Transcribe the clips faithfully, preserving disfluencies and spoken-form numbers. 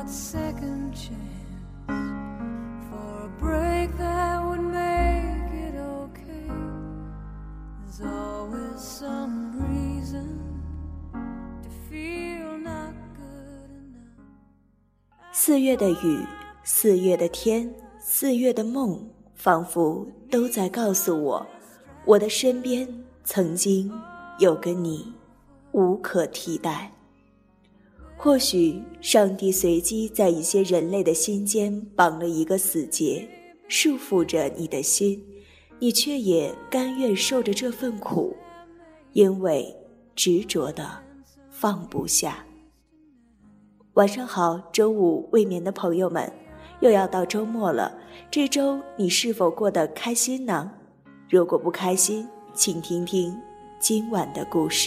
that second chance for a break that would make it okay. There's always some reason to feel not good enough. 四月的雨，四月的天，四月的梦，仿佛都在告诉我，我的身边曾经有个你，无可替代。或许上帝随机在一些人类的心间绑了一个死结，束缚着你的心，你却也甘愿受着这份苦，因为执着的放不下。晚上好，周五未眠的朋友们，又要到周末了，这周你是否过得开心呢？如果不开心，请听听今晚的故事。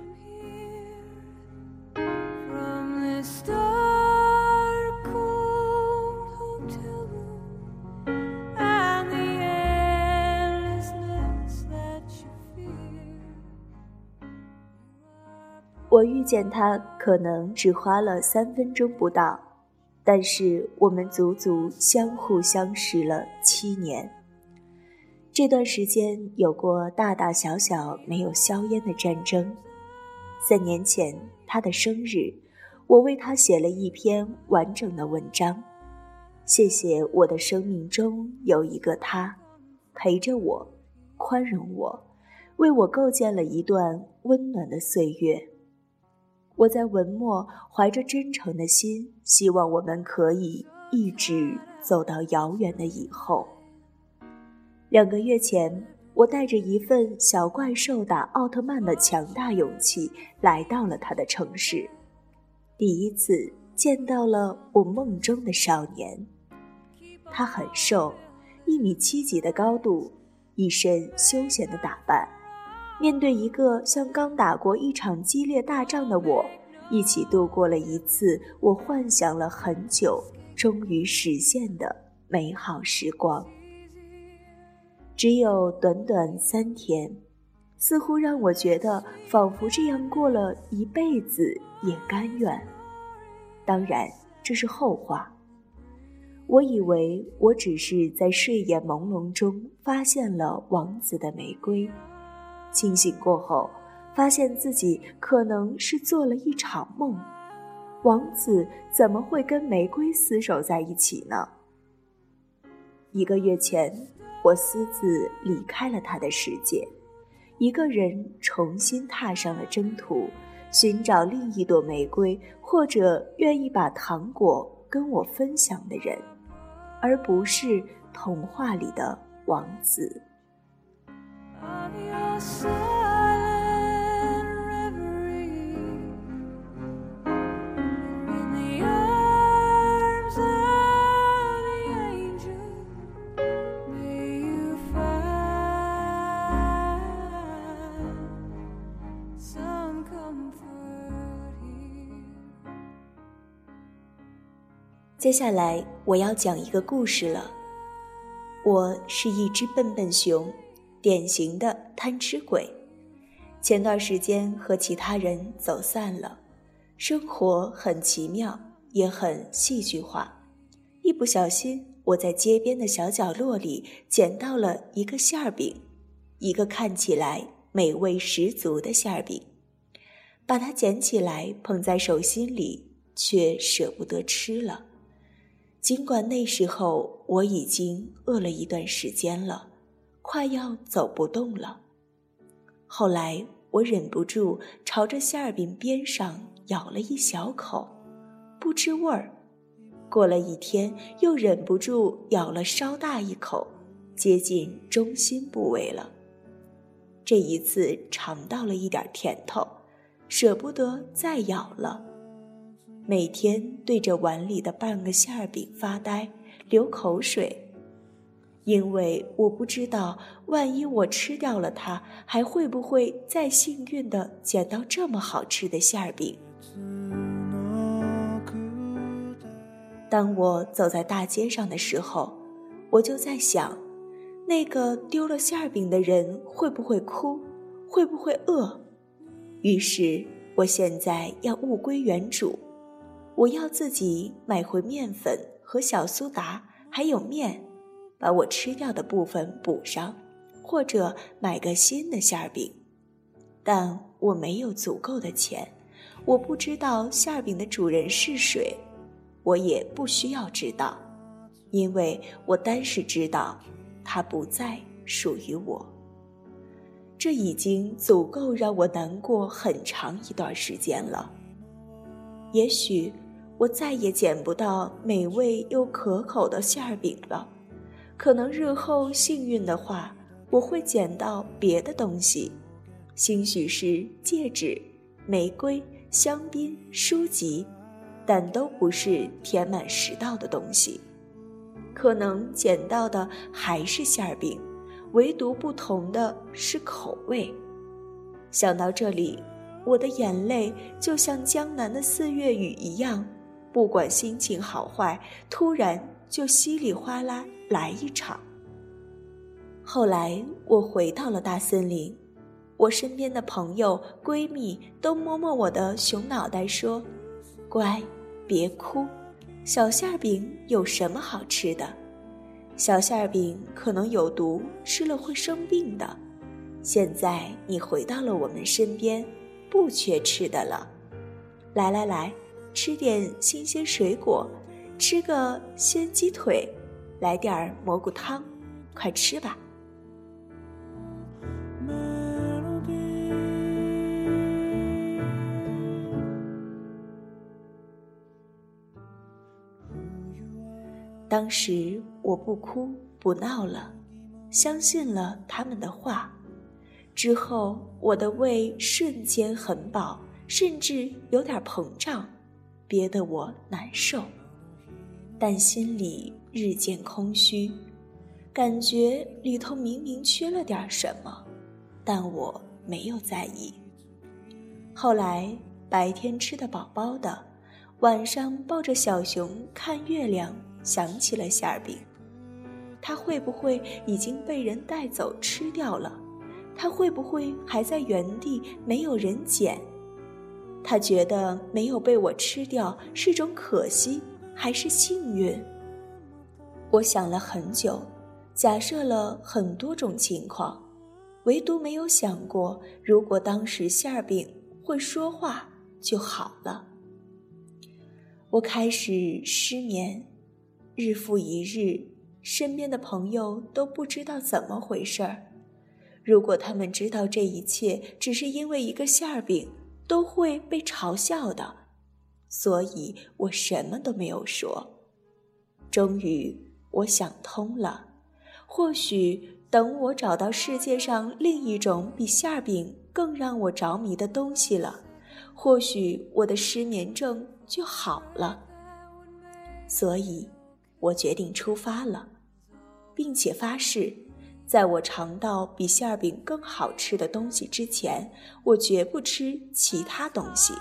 我遇见他可能只花了三分钟不到，但是我们足足相互相识了七年。这段时间有过大大小小没有硝烟的战争。三年前他的生日，我为他写了一篇完整的文章，谢谢我的生命中有一个他，陪着我，宽容我，为我构建了一段温暖的岁月。我在文末怀着真诚的心，希望我们可以一直走到遥远的以后。两个月前，我带着一份小怪兽打奥特曼的强大勇气来到了他的城市，第一次见到了我梦中的少年。他很瘦，一米七几的高度，一身休闲的打扮。面对一个像刚打过一场激烈大仗的我，一起度过了一次我幻想了很久终于实现的美好时光。只有短短三天，似乎让我觉得仿佛这样过了一辈子也甘愿。当然这是后话，我以为我只是在睡眼朦胧中发现了王子的玫瑰，清醒过后发现自己可能是做了一场梦，王子怎么会跟玫瑰厮守在一起呢？一个月前，我私自离开了他的世界，一个人重新踏上了征途，寻找另一朵玫瑰，或者愿意把糖果跟我分享的人，而不是童话里的王子。接下来我要讲一个故事了。我是一只笨笨熊，典型的贪吃鬼。前段时间和其他人走散了，生活很奇妙，也很戏剧化。一不小心，我在街边的小角落里捡到了一个馅饼，一个看起来美味十足的馅饼。把它捡起来捧在手心里，却舍不得吃了。尽管那时候我已经饿了一段时间了，快要走不动了。后来我忍不住朝着馅饼边上咬了一小口，不知味儿。过了一天，又忍不住咬了稍大一口，接近中心部位了。这一次尝到了一点甜头，舍不得再咬了。每天对着碗里的半个馅饼发呆，流口水，因为我不知道万一我吃掉了它，还会不会再幸运地捡到这么好吃的馅饼。当我走在大街上的时候，我就在想，那个丢了馅饼的人会不会哭，会不会饿？于是我现在要物归原主， 我要自己买回面粉和小苏打，还有面，把我吃掉的部分补上，或者买个新的馅饼。但我没有足够的钱，我不知道馅饼的主人是谁，我也不需要知道，因为我单是知道它不再属于我。这已经足够让我难过很长一段时间了。也许我再也捡不到美味又可口的馅饼了，可能日后幸运的话，我会捡到别的东西，兴许是戒指、玫瑰、香槟、书籍，但都不是填满食道的东西。可能捡到的还是馅饼，唯独不同的是口味。想到这里，我的眼泪就像江南的四月雨一样，不管心情好坏，突然就稀里哗啦来一场。后来我回到了大森林，我身边的朋友闺蜜都摸摸我的熊脑袋说，乖，别哭，小馅饼有什么好吃的？小馅饼可能有毒，吃了会生病的。现在你回到了我们身边，不缺吃的了。来来来，吃点新鲜水果，吃个鲜鸡腿，来点蘑菇汤，快吃吧。当时我不哭不闹了，相信了他们的话。之后我的胃瞬间很饱，甚至有点膨胀，憋得我难受，但心里日渐空虚，感觉里头明明缺了点什么，但我没有在意。后来白天吃得饱饱的，晚上抱着小熊看月亮，想起了馅饼。它会不会已经被人带走吃掉了？它会不会还在原地没有人捡？他觉得没有被我吃掉是种可惜还是幸运？我想了很久，假设了很多种情况，唯独没有想过如果当时馅饼会说话就好了。我开始失眠，日复一日，身边的朋友都不知道怎么回事儿。如果他们知道这一切只是因为一个馅饼，都会被嘲笑的，所以我什么都没有说。终于我想通了，或许等我找到世界上另一种比馅饼更让我着迷的东西了，或许我的失眠症就好了。所以我决定出发了，并且发誓，在我尝到比馅饼更好吃的东西之前，我绝不吃其他东西。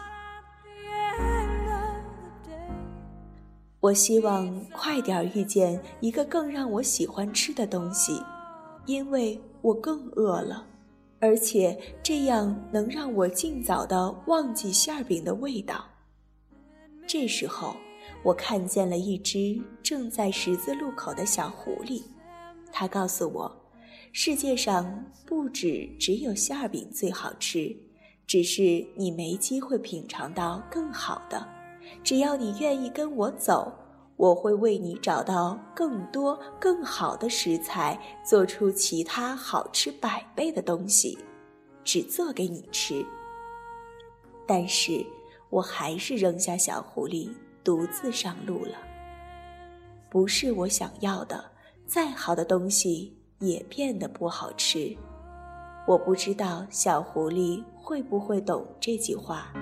我希望快点遇见一个更让我喜欢吃的东西，因为我更饿了，而且这样能让我尽早地忘记馅饼的味道。这时候，我看见了一只正在十字路口的小狐狸，它告诉我，世界上不止只有馅饼最好吃，只是你没机会品尝到更好的。只要你愿意跟我走，我会为你找到更多更好的食材，做出其他好吃百倍的东西，只做给你吃。但是我还是扔下小狐狸，独自上路了。不是我想要的，再好的东西也变得不好吃。我不知道小狐狸会不会懂这句话。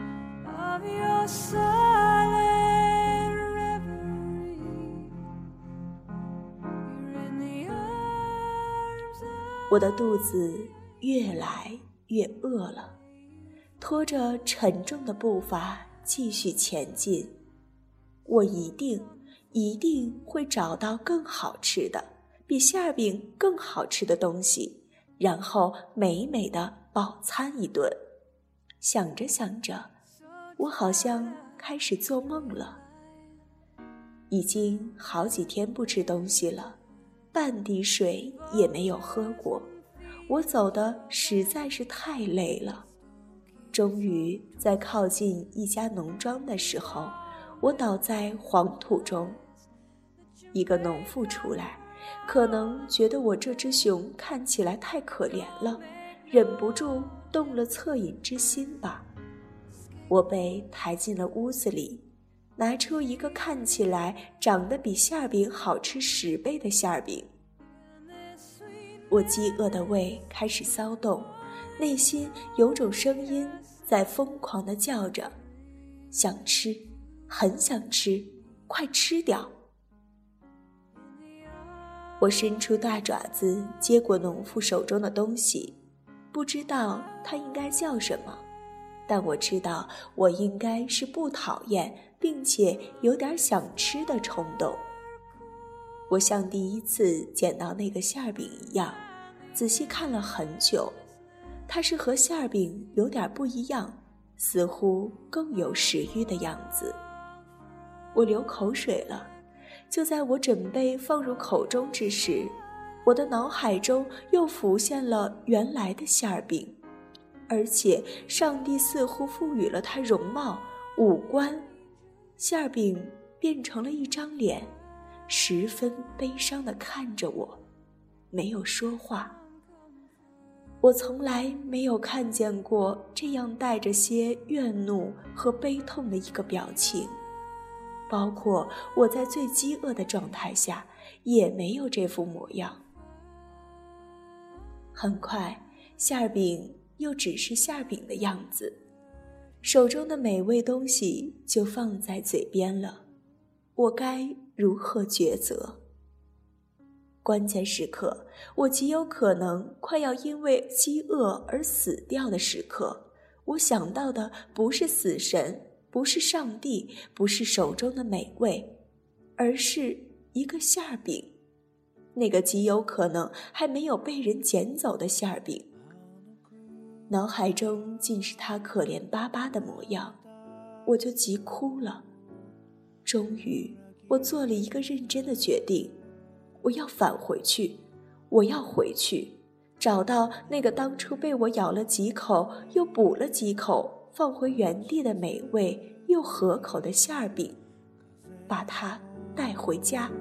我的肚子越来越饿了，拖着沉重的步伐继续前进。我一定一定会找到更好吃的，比馅饼更好吃的东西，然后美美的饱餐一顿。想着想着，我好像开始做梦了。已经好几天不吃东西了，半滴水也没有喝过，我走得实在是太累了。终于在靠近一家农庄的时候，我倒在黄土中。一个农妇出来，可能觉得我这只熊看起来太可怜了，忍不住动了恻隐之心吧。我被抬进了屋子里，拿出一个看起来长得比馅饼好吃十倍的馅饼。我饥饿的胃开始骚动，内心有种声音在疯狂地叫着，想吃，很想吃，快吃掉。我伸出大爪子接过农妇手中的东西，不知道它应该叫什么，但我知道我应该是不讨厌并且有点想吃的冲动。我像第一次捡到那个馅饼一样，仔细看了很久，它是和馅饼有点不一样，似乎更有食欲的样子。我流口水了，就在我准备放入口中之时，我的脑海中又浮现了原来的馅饼，而且上帝似乎赋予了它容貌、五官。馅饼变成了一张脸，十分悲伤地看着我，没有说话。我从来没有看见过这样带着些怨怒和悲痛的一个表情，包括我在最饥饿的状态下也没有这副模样。很快，馅饼又只是馅饼的样子，手中的美味东西就放在嘴边了，我该如何抉择？关键时刻，我极有可能快要因为饥饿而死掉的时刻，我想到的不是死神，不是上帝，不是手中的美味，而是一个馅饼，那个极有可能还没有被人捡走的馅饼。脑海中尽是他可怜巴巴的模样，我就急哭了。终于，我做了一个认真的决定，我要返回去，我要回去，找到那个当初被我咬了几口又补了几口放回原地的美味又合口的馅饼，把它带回家。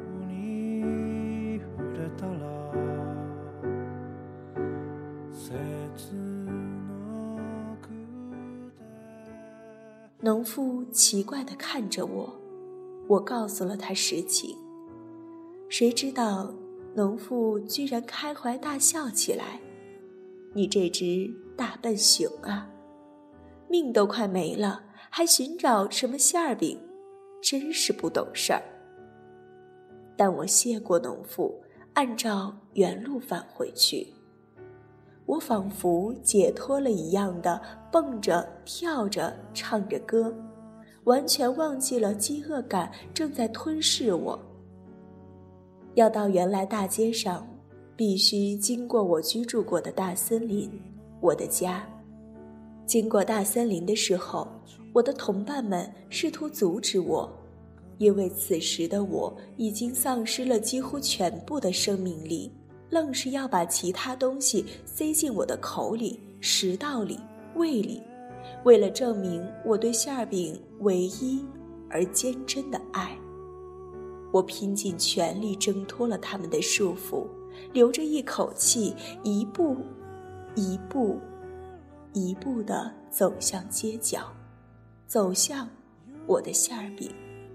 农妇奇怪地看着我，我告诉了他实情。谁知道农妇居然开怀大笑起来，你这只大笨熊啊，命都快没了，还寻找什么馅饼，真是不懂事儿。但我谢过农妇，按照原路返回去。我仿佛解脱了一样的蹦着跳着唱着歌，完全忘记了饥饿感正在吞噬我。要到原来大街上，必须经过我居住过的大森林，我的家。经过大森林的时候，我的同伴们试图阻止我，因为此时的我已经丧失了几乎全部的生命力，愣是要把其他东西塞进我的口里、食道里、胃里，为了证明我对馅饼唯一而坚贞的爱。我拼尽全力挣脱了他们的束缚，留着一口气，一步一步一步地走向街角，走向我的馅饼。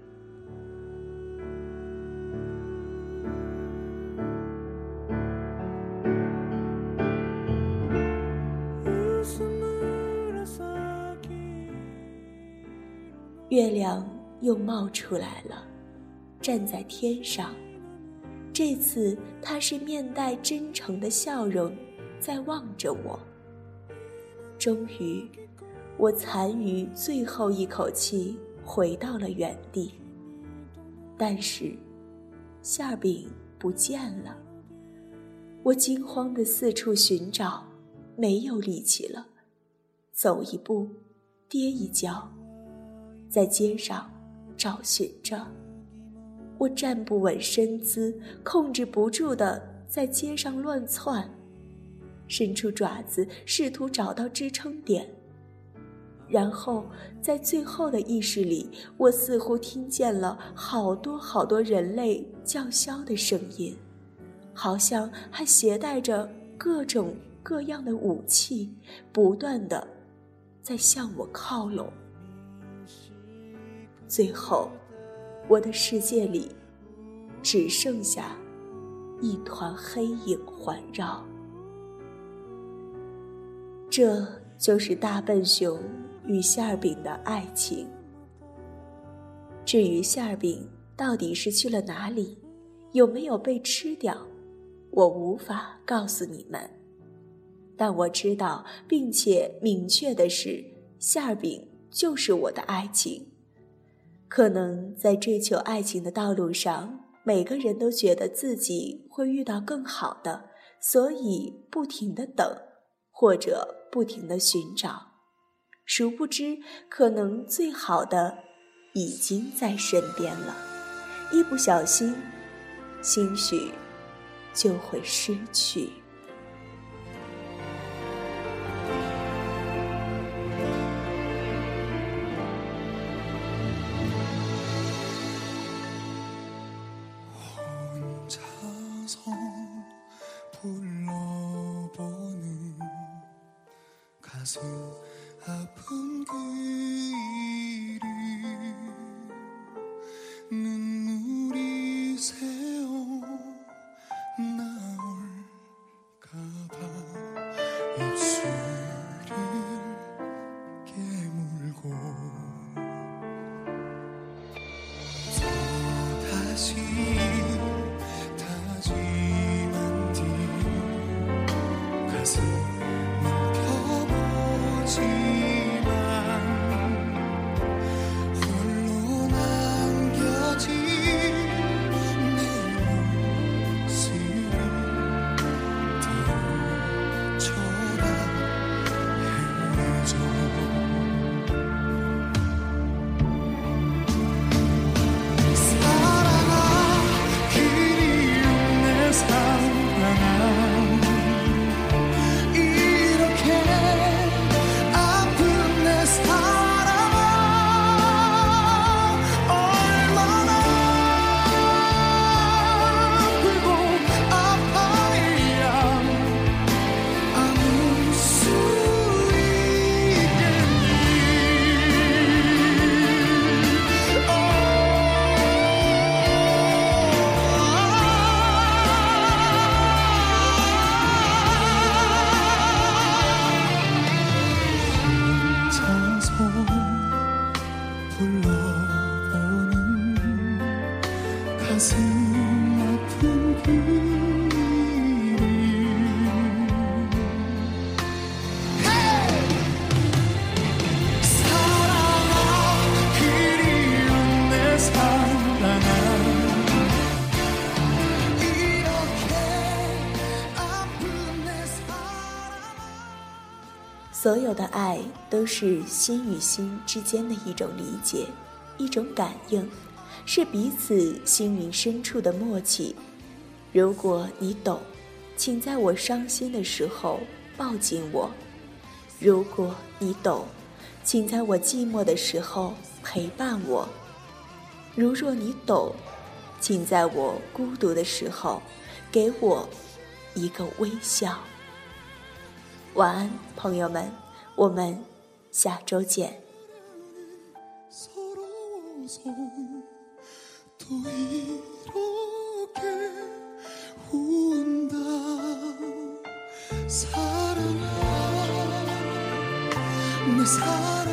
月亮又冒出来了，站在天上，这次它是面带真诚的笑容在望着我。终于，我残余最后一口气回到了原地，但是馅饼不见了。我惊慌地四处寻找，没有力气了，走一步跌一跤， 在街上找寻着。我站不稳身姿，控制不住地在街上乱窜，伸出爪子试图找到支撑点。然后在最后的意识里，我似乎听见了好多好多人类叫嚣的声音，好像还携带着各种各样的武器，不断地在向我靠拢。最后，我的世界里只剩下一团黑影环绕。这就是大笨熊与馅儿饼的爱情。至于馅儿饼到底是去了哪里，有没有被吃掉，我无法告诉你们。但我知道并且明确的是，馅儿饼就是我的爱情。可能在追求爱情的道路上，每个人都觉得自己会遇到更好的，所以不停地等，或者不停地寻找。殊不知，可能最好的已经在身边了，一不小心，兴许就会失去。所有的爱都是心与心之间的一种理解，一种感应，是彼此心灵深处的默契。如果你懂，请在我伤心的时候抱紧我；如果你懂，请在我寂寞的时候陪伴我；如若你懂，请在我孤独的时候给我一个微笑。晚安，朋友们，我们下周见。사랑아 내 사랑